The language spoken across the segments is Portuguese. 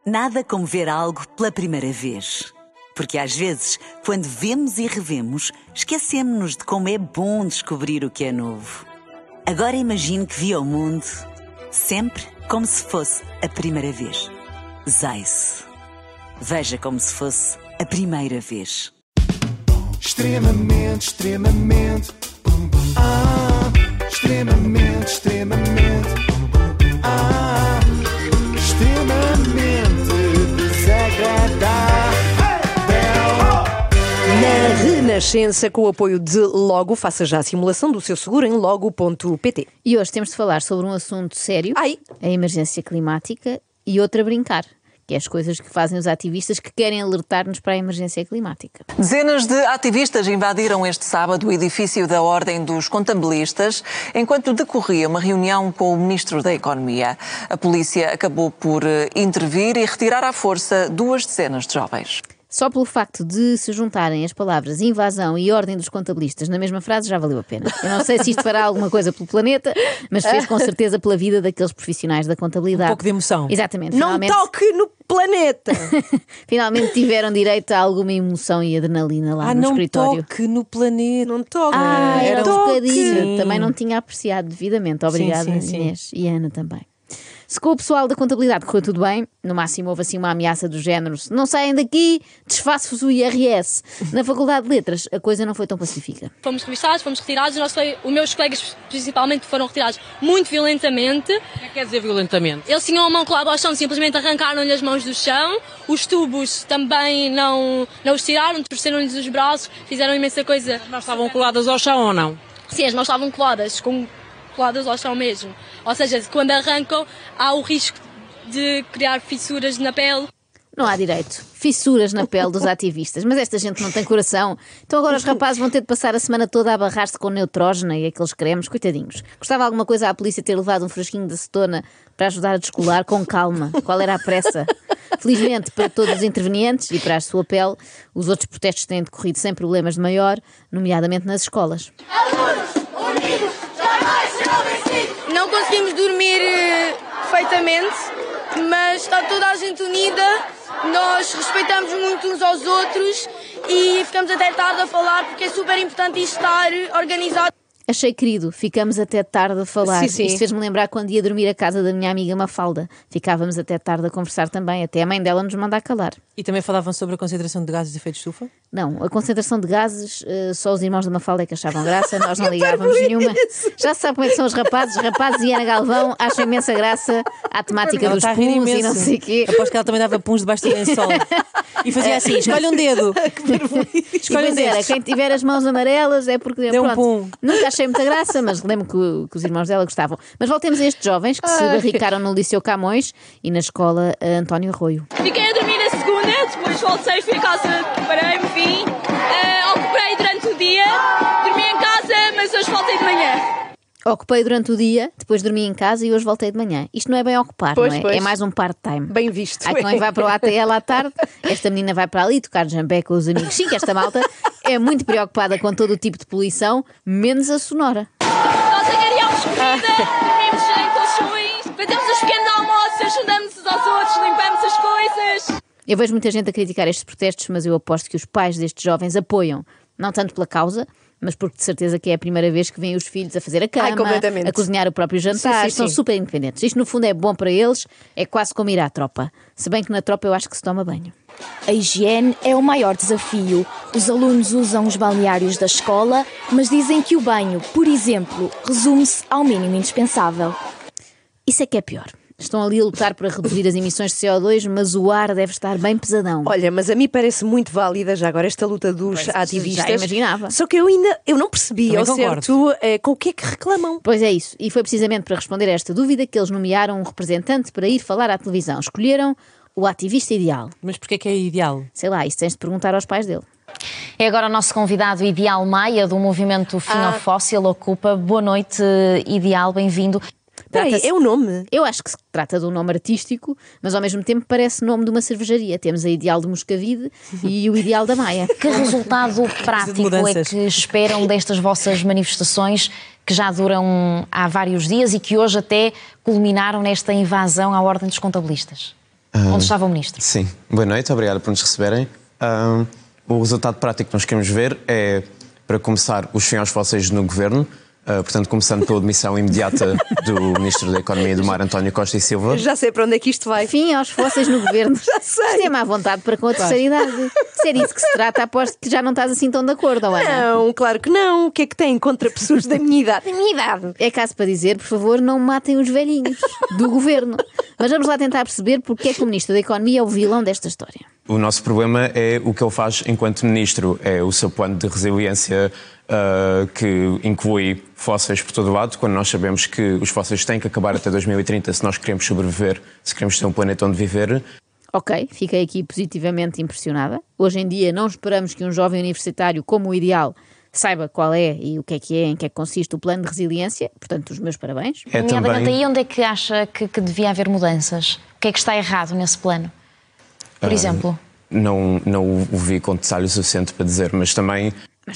Nada como ver algo pela primeira vez. Porque às vezes, quando vemos e revemos, esquecemos-nos de como é bom descobrir o que é novo. Agora imagine que viu o mundo sempre como se fosse a primeira vez. Zais. Veja como se fosse a primeira vez. Extremamente, extremamente. Extremamente, extremamente. Extremamente desagradável. Na Renascença, com o apoio de Logo, faça já a simulação do seu seguro em logo.pt. E hoje temos de falar sobre um assunto sério, a emergência climática, e outra brincar, que é as coisas que fazem os ativistas que querem alertar-nos para a emergência climática. Dezenas de ativistas invadiram este sábado o edifício da Ordem dos Contabilistas enquanto decorria uma reunião com o Ministro da Economia. A polícia acabou por intervir e retirar à força 2 dezenas de jovens. Só pelo facto de se juntarem as palavras invasão e ordem dos contabilistas na mesma frase já valeu a pena. Eu não sei se isto fará alguma coisa pelo planeta, mas fez com certeza pela vida daqueles profissionais da contabilidade. Um pouco de emoção. Exatamente. Não toque no planeta! Finalmente tiveram direito a alguma emoção e adrenalina lá no escritório. Não toque no planeta. Não toque. Era um bocadinho. Sim. Também não tinha apreciado devidamente. Obrigada, sim. Inês. E a Ana também. Se com o pessoal da contabilidade correu tudo bem, no máximo houve assim uma ameaça do género: se não saem daqui, desfaço-vos o IRS. Na Faculdade de Letras a coisa não foi tão pacífica. Fomos revistados, fomos retirados, os meus colegas principalmente foram retirados muito violentamente. O que quer dizer violentamente? Eles tinham a mão colada ao chão, simplesmente arrancaram-lhe as mãos do chão. Os tubos também não os tiraram, torceram-lhes os braços, fizeram imensa coisa. Mas estavam coladas ao chão ou não? Sim, as mãos estavam coladas ao chão mesmo. Ou seja, quando arrancam, há o risco de criar fissuras na pele. Não há direito. Fissuras na pele dos ativistas. Mas esta gente não tem coração. Então agora os rapazes vão ter de passar a semana toda a barrar-se com Neutrógena e aqueles cremes, coitadinhos. Gostava alguma coisa à polícia ter levado um frasquinho de acetona para ajudar a descolar com calma. Qual era a pressa? Felizmente para todos os intervenientes e para a sua pele, os outros protestos têm decorrido sem problemas de maior, nomeadamente nas escolas. Alunos unidos, jamais serão vencidos. Não conseguimos dormir perfeitamente, mas está toda a gente unida, nós respeitamos muito uns aos outros e ficamos até tarde a falar porque é super importante isto estar organizado. Achei querido, ficamos até tarde a falar. Sim. Isto fez-me lembrar quando ia dormir à casa da minha amiga Mafalda. Ficávamos até tarde a conversar também, até a mãe dela nos manda calar. E também falavam sobre a concentração de gases de efeito de estufa? Não, a concentração de gases, só os irmãos da Mafalda é que achavam graça, nós não ligávamos nenhuma. Já se sabe como é que são os rapazes e Ana Galvão acham imensa graça à temática dos puns e não sei o quê. Aposto que ela também dava puns debaixo do lençol. E fazia assim, escolhe um dedo. Escolhe um dedo. Quem tiver as mãos amarelas é porque deu um pum. Nunca achei muita graça, mas lembro que os irmãos dela gostavam. Mas voltemos a estes jovens que se barricaram no Liceu Camões e na escola António Arroio. Fiquei a dormir na segunda, depois voltei, fui a casa, preparei-me, vim, ocupei durante o dia, dormi em casa, mas hoje voltei de manhã. Ocupei durante o dia, depois dormi em casa e hoje voltei de manhã. Isto não é bem ocupar, não é? É mais um part-time. Bem visto. Há quem vai para o ATL à tarde, esta menina vai para ali tocar jambé com os amigos. Sim, que esta malta é muito preocupada com todo o tipo de poluição, menos a sonora. Nós angariamos comida, dormimos em colchões, fazemos os pequenos almoços, ajudamos uns aos outros, limpamos as coisas. Eu vejo muita gente a criticar estes protestos, mas eu aposto que os pais destes jovens apoiam, não tanto pela causa, mas porque de certeza que é a primeira vez que vêm os filhos a fazer a cama, a cozinhar o próprio jantar, são super independentes. Isto no fundo é bom para eles, é quase como ir à tropa. Se bem que na tropa eu acho que se toma banho. A higiene é o maior desafio. Os alunos usam os balneários da escola, mas dizem que o banho, por exemplo, resume-se ao mínimo indispensável. Isso é que é pior. Estão ali a lutar para reduzir as emissões de CO2, mas o ar deve estar bem pesadão. Olha, mas a mim parece muito válida já agora esta luta dos ativistas. Já imaginava. Só que eu não percebi ao certo com o que é que reclamam. Pois é isso. E foi precisamente para responder a esta dúvida que eles nomearam um representante para ir falar à televisão. Escolheram o ativista ideal. Mas porquê que é ideal? Sei lá, isso tens de perguntar aos pais dele. É agora o nosso convidado Ideal Maia, do movimento Finofóssil Ocupa. Boa noite, Ideal, bem-vindo. Peraí, é o nome? Eu acho que se trata de um nome artístico, mas ao mesmo tempo parece nome de uma cervejaria. Temos a Ideal de Moscavide e o Ideal da Maia. Que resultado prático é que esperam destas vossas manifestações que já duram há vários dias e que hoje até culminaram nesta invasão à Ordem dos Contabilistas? onde estava o Ministro. Sim. Boa noite, obrigado por nos receberem. O resultado prático que nós queremos ver é, para começar, os fins aos fósseis no Governo. Portanto, começando pela demissão imediata do Ministro da Economia e do Mar, António Costa e Silva. Já sei para onde é que isto vai. Fim aos fósseis no Governo. Já sei. Isto é má vontade para com a terceira idade. Se é disso que se trata, aposto que já não estás assim tão de acordo, Ana. Não, claro que não. O que é que tem contra pessoas da minha idade? Da minha idade. É caso para dizer, por favor, não matem os velhinhos do Governo. Mas vamos lá tentar perceber porque é que o Ministro da Economia é o vilão desta história. O nosso problema é o que ele faz enquanto Ministro. É o seu plano de resiliência que inclui fósseis por todo lado, quando nós sabemos que os fósseis têm que acabar até 2030 se nós queremos sobreviver, se queremos ter um planeta onde viver. Ok, fiquei aqui positivamente impressionada. Hoje em dia não esperamos que um jovem universitário, como o ideal, saiba qual é e o que é, em que é que consiste o plano de resiliência. Portanto, os meus parabéns. Nomeadamente aí onde é que acha que devia haver mudanças? O que é que está errado nesse plano? Por exemplo? Não o vi com detalhe suficiente para dizer, mas também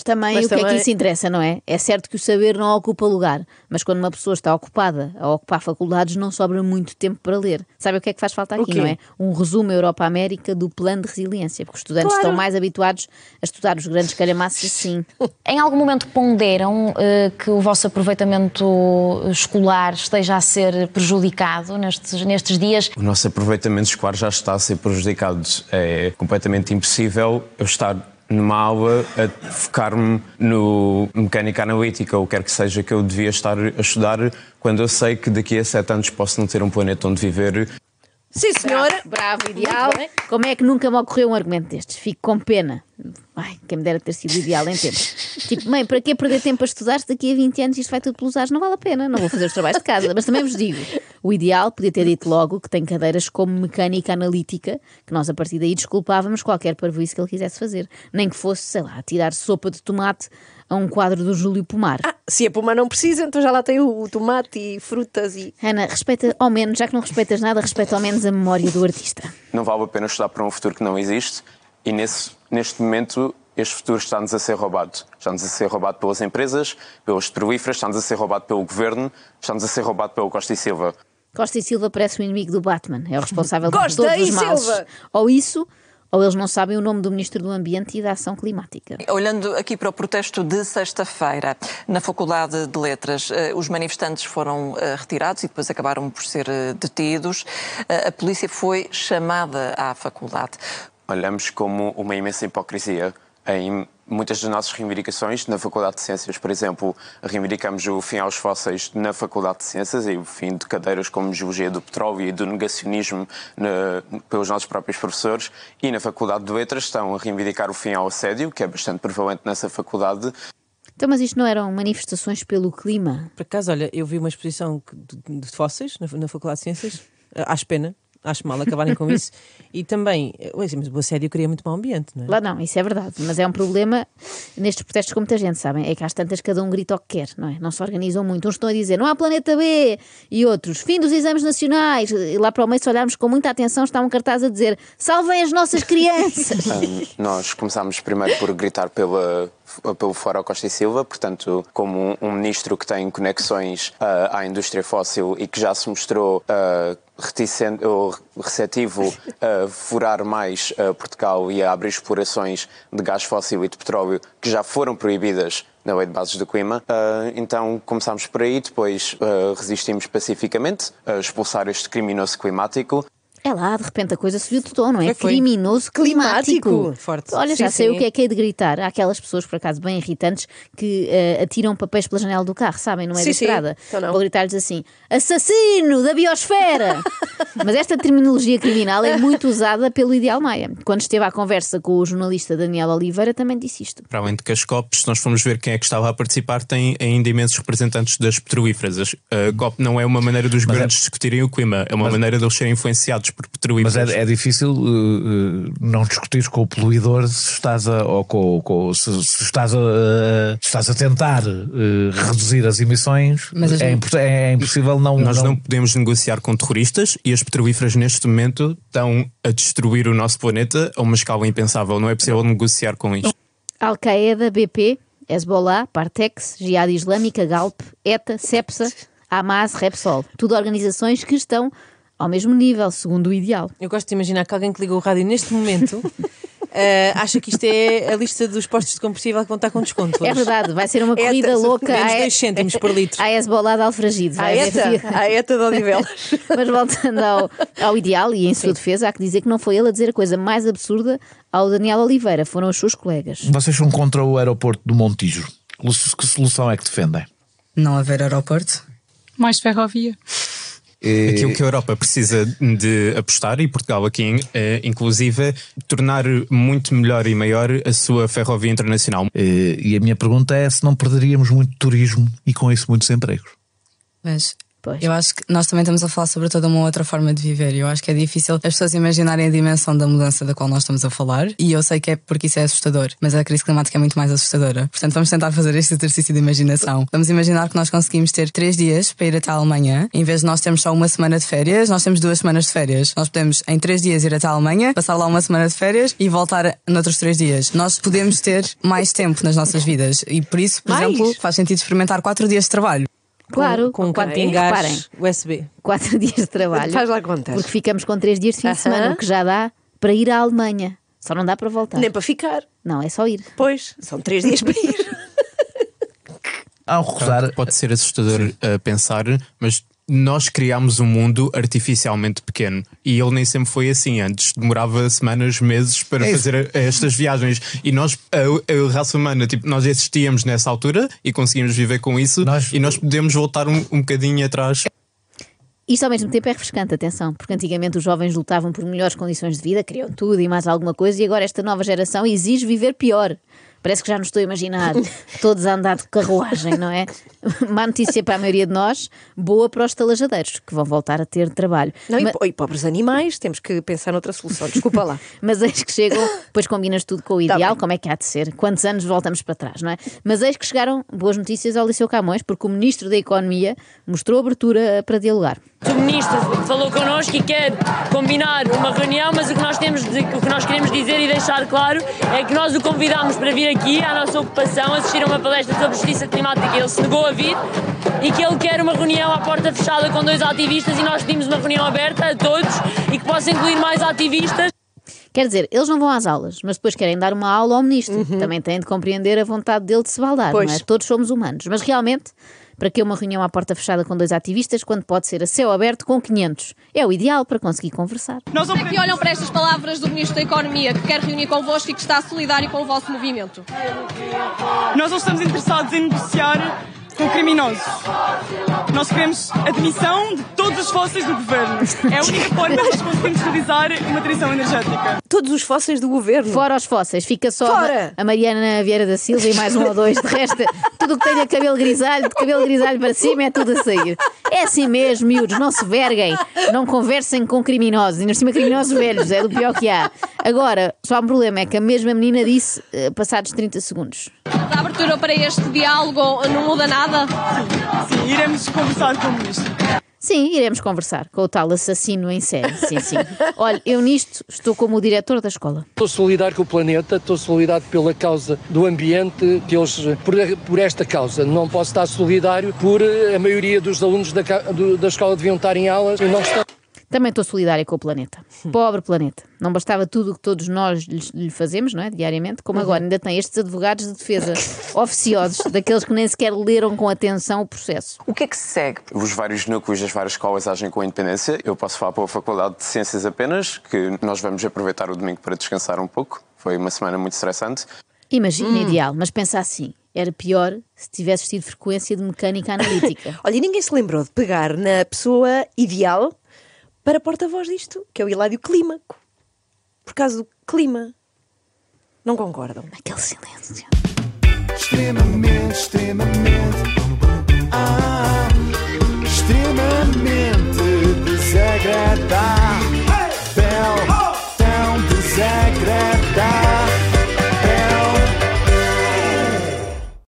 o que é que isso interessa, não é? É certo que o saber não ocupa lugar, mas quando uma pessoa está ocupada a ocupar faculdades não sobra muito tempo para ler. Sabe o que é que faz falta aqui, não é? Um resumo Europa-América do plano de resiliência, porque os estudantes estão mais habituados a estudar os grandes calhamaços assim. Em algum momento ponderam que o vosso aproveitamento escolar esteja a ser prejudicado nestes dias? O nosso aproveitamento escolar já está a ser prejudicado. É completamente impossível eu estar numa aula a focar-me no mecânica analítica, ou quer que seja que eu devia estar a estudar, quando eu sei que daqui a 7 anos posso não ter um planeta onde viver. Sim, senhora. Bravo, ideal. Como é que nunca me ocorreu um argumento destes? Fico com pena. Ai, quem me dera ter sido ideal em tempo. Tipo, mãe, para que perder tempo a estudar se daqui a 20 anos isto vai tudo pelos ares? Não vale a pena, não vou fazer os trabalhos de casa. Mas também vos digo, o ideal podia ter dito logo que tem cadeiras como mecânica analítica, que nós a partir daí desculpávamos qualquer parvoíce que ele quisesse fazer. Nem que fosse, sei lá, tirar sopa de tomate a um quadro do Júlio Pomar. Se a Pomar não precisa, então já lá tem o tomate e frutas e... Ana, respeita ao menos, já que não respeitas nada, respeita ao menos a memória do artista. Não vale a pena estudar para um futuro que não existe e neste momento este futuro está-nos a ser roubado. Está-nos a ser roubado pelas empresas, pelos petrolíferos, está-nos a ser roubado pelo governo, está-nos a ser roubado pelo Costa e Silva. Costa e Silva parece o inimigo do Batman, é o responsável por todos os males. Ou isso... ou eles não sabem o nome do Ministro do Ambiente e da Ação Climática. Olhando aqui para o protesto de sexta-feira, na Faculdade de Letras, os manifestantes foram retirados e depois acabaram por ser detidos. A polícia foi chamada à faculdade. Olhamos como uma imensa hipocrisia em muitas das nossas reivindicações. Na Faculdade de Ciências, por exemplo, reivindicamos o fim aos fósseis na Faculdade de Ciências e o fim de cadeiras como Geologia do Petróleo e do negacionismo pelos nossos próprios professores. E na Faculdade de Letras estão a reivindicar o fim ao assédio, que é bastante prevalente nessa faculdade. Então, mas isto não eram manifestações pelo clima? Por acaso, olha, eu vi uma exposição de fósseis na Faculdade de Ciências, acho pena. Acho mal acabarem com isso. E também, mas o assédio cria muito mau ambiente, não é? Lá não, isso é verdade. Mas é um problema nestes protestos com muita gente, sabem? É que às tantas cada um grita o que quer, não é? Não se organizam muito. Uns estão a dizer, não há planeta B. E outros, fim dos exames nacionais. E lá para o meio, se olharmos com muita atenção, está um cartaz a dizer, salvem as nossas crianças. Nós começámos primeiro por gritar pelo Fora Costa e Silva, portanto, como um ministro que tem conexões à indústria fóssil e que já se mostrou reticente ou receptivo a furar mais Portugal e a abrir explorações de gás fóssil e de petróleo que já foram proibidas na Lei de Bases do Clima. Então começámos por aí, depois resistimos pacificamente a expulsar este criminoso climático. É lá, de repente a coisa se viu de tom, não é? Criminoso climático. Forte. Olha, já sei o que é de gritar. Há aquelas pessoas, por acaso, bem irritantes, que atiram papéis pela janela do carro, sabem, no meio da estrada. Então, vou gritar-lhes assim, assassino da biosfera! Mas esta terminologia criminal é muito usada pelo Ideal Maia. Quando esteve à conversa com o jornalista Daniel Oliveira, também disse isto. Para além de que as COP, se nós formos ver quem é que estava a participar, tem ainda imensos representantes das petrolíferas. A COP não é uma maneira dos governos discutirem o clima, é uma maneira de eles serem influenciados por petrolíferas. Mas é difícil não discutir com o poluidor se estás a tentar reduzir as emissões. Mas é impossível não... Nós não podemos negociar com terroristas e as petrolíferas neste momento estão a destruir o nosso planeta a uma escala impensável. Não é possível negociar com isto. Al-Qaeda, BP, Hezbollah, Partex, Jihad Islâmica, Galp, ETA, Cepsa, Hamas, Repsol. Tudo organizações que estão ao mesmo nível, segundo o ideal. Eu gosto de imaginar que alguém que ligou o rádio neste momento acha que isto é a lista dos postos de combustível que vão estar com desconto hoje. É verdade, vai ser uma corrida louca. Menos 2 cêntimos por litro. A Hezbollah de Alfragide. A ETA de Odivelas. Mas voltando ao ideal, e em sua defesa, há que dizer que não foi ele a dizer a coisa mais absurda ao Daniel Oliveira, foram os seus colegas. Vocês são contra o aeroporto do Montijo. Que solução é que defendem? Não haver aeroporto. Mais ferrovia. Aquilo que a Europa precisa de apostar, e Portugal aqui inclusive, tornar muito melhor e maior a sua ferrovia internacional. E a minha pergunta é se não perderíamos muito turismo e com isso muitos empregos. Mas eu acho que nós também estamos a falar sobre toda uma outra forma de viver. Eu acho que é difícil as pessoas imaginarem a dimensão da mudança da qual nós estamos a falar. E eu sei que é porque isso é assustador, mas a crise climática é muito mais assustadora. Portanto, vamos tentar fazer este exercício de imaginação. Vamos imaginar que nós conseguimos ter 3 dias para ir até a Alemanha. Em vez de nós termos só uma semana de férias, nós temos 2 semanas de férias. Nós podemos em 3 dias ir até a Alemanha, passar lá uma semana de férias e voltar noutros 3 dias. Nós podemos ter mais tempo nas nossas vidas. E por isso, por exemplo, faz sentido experimentar 4 dias de trabalho. Claro, com 4 gás USB. 4 dias de trabalho. Faz lá contas. Porque ficamos com 3 dias de fim de semana, o que já dá para ir à Alemanha. Só não dá para voltar. Nem para ficar. Não, é só ir. Pois, são 3 dias para ir. Ao recusar... Pode ser assustador pensar, mas nós criámos um mundo artificialmente pequeno e ele nem sempre foi assim. Antes demorava semanas, meses para fazer estas viagens, e nós, a raça humana, tipo, nós existíamos nessa altura e conseguimos viver com isso, e nós podemos voltar um bocadinho atrás. Isto ao mesmo tempo é refrescante, atenção, porque antigamente os jovens lutavam por melhores condições de vida, queriam tudo e mais alguma coisa, e agora esta nova geração exige viver pior. Parece que já nos estou a imaginar todos a andar de carruagem, não é? Má notícia para a maioria de nós, boa para os talajadeiros, que vão voltar a ter trabalho. Não, e pobres animais, temos que pensar noutra solução, desculpa lá. Mas eis que chegam, depois combinas tudo com o ideal, como é que há de ser? Quantos anos voltamos para trás, não é? Mas eis que chegaram boas notícias ao Liceu Camões, porque o Ministro da Economia mostrou abertura para dialogar. O Ministro falou connosco e quer combinar uma reunião, mas o que nós queremos dizer e deixar claro é que nós o convidámos para vir aqui à nossa ocupação, assistir a uma palestra sobre justiça climática, ele se negou a vir, e que ele quer uma reunião à porta fechada com 2 ativistas, e nós pedimos uma reunião aberta a todos e que possa incluir mais ativistas. Quer dizer, eles não vão às aulas, mas depois querem dar uma aula ao Ministro. Também têm de compreender a vontade dele de se baldar, não é? Todos somos humanos. Mas realmente, para que uma reunião à porta fechada com 2 ativistas, quando pode ser a céu aberto com 500? É o ideal para conseguir conversar. Nós aqui olham para estas palavras do Ministro da Economia, que quer reunir convosco e que está solidário com o vosso movimento. Nós não estamos interessados em negociar com criminosos. Nós queremos a demissão de todos os fósseis do governo. É a única forma que nós conseguimos realizar uma transição energética. Todos os fósseis do governo? Fora os fósseis, fica só a Mariana Vieira da Silva e mais 1 ou 2. De resto, tudo o que tenha cabelo grisalho, de cabelo grisalho para cima, é tudo a sair. É assim mesmo, miúdos, não se verguem, não conversem com criminosos, e por cima criminosos velhos, é do pior que há. Agora, só há um problema, é que a mesma menina disse passados 30 segundos. A abertura para este diálogo não muda nada? Sim, iremos conversar com o Ministro. Sim, iremos conversar com o tal assassino em série. Sim. Olha, eu nisto estou como o diretor da escola. Estou solidário com o planeta, estou solidário pela causa do ambiente, que eles, por esta causa. Não posso estar solidário por a maioria dos alunos da escola deviam estar em aulas e não estão. Também estou solidária com o planeta. Pobre planeta. Não bastava tudo o que todos nós lhe fazemos, não é? Diariamente, como agora ainda tem estes advogados de defesa oficiosos, daqueles que nem sequer leram com atenção o processo. O que é que se segue? Os vários núcleos das várias escolas agem com independência. Eu posso falar pela Faculdade de Ciências apenas, que nós vamos aproveitar o domingo para descansar um pouco. Foi uma semana muito estressante. Imagina, ideal, mas pensa assim. Era pior se tivesses tido frequência de mecânica analítica. Olha, e ninguém se lembrou de pegar na pessoa ideal para porta-voz disto, que é o Hilário Clímaco. Por causa do clima. Não concordam? Aquele silêncio. Extremamente.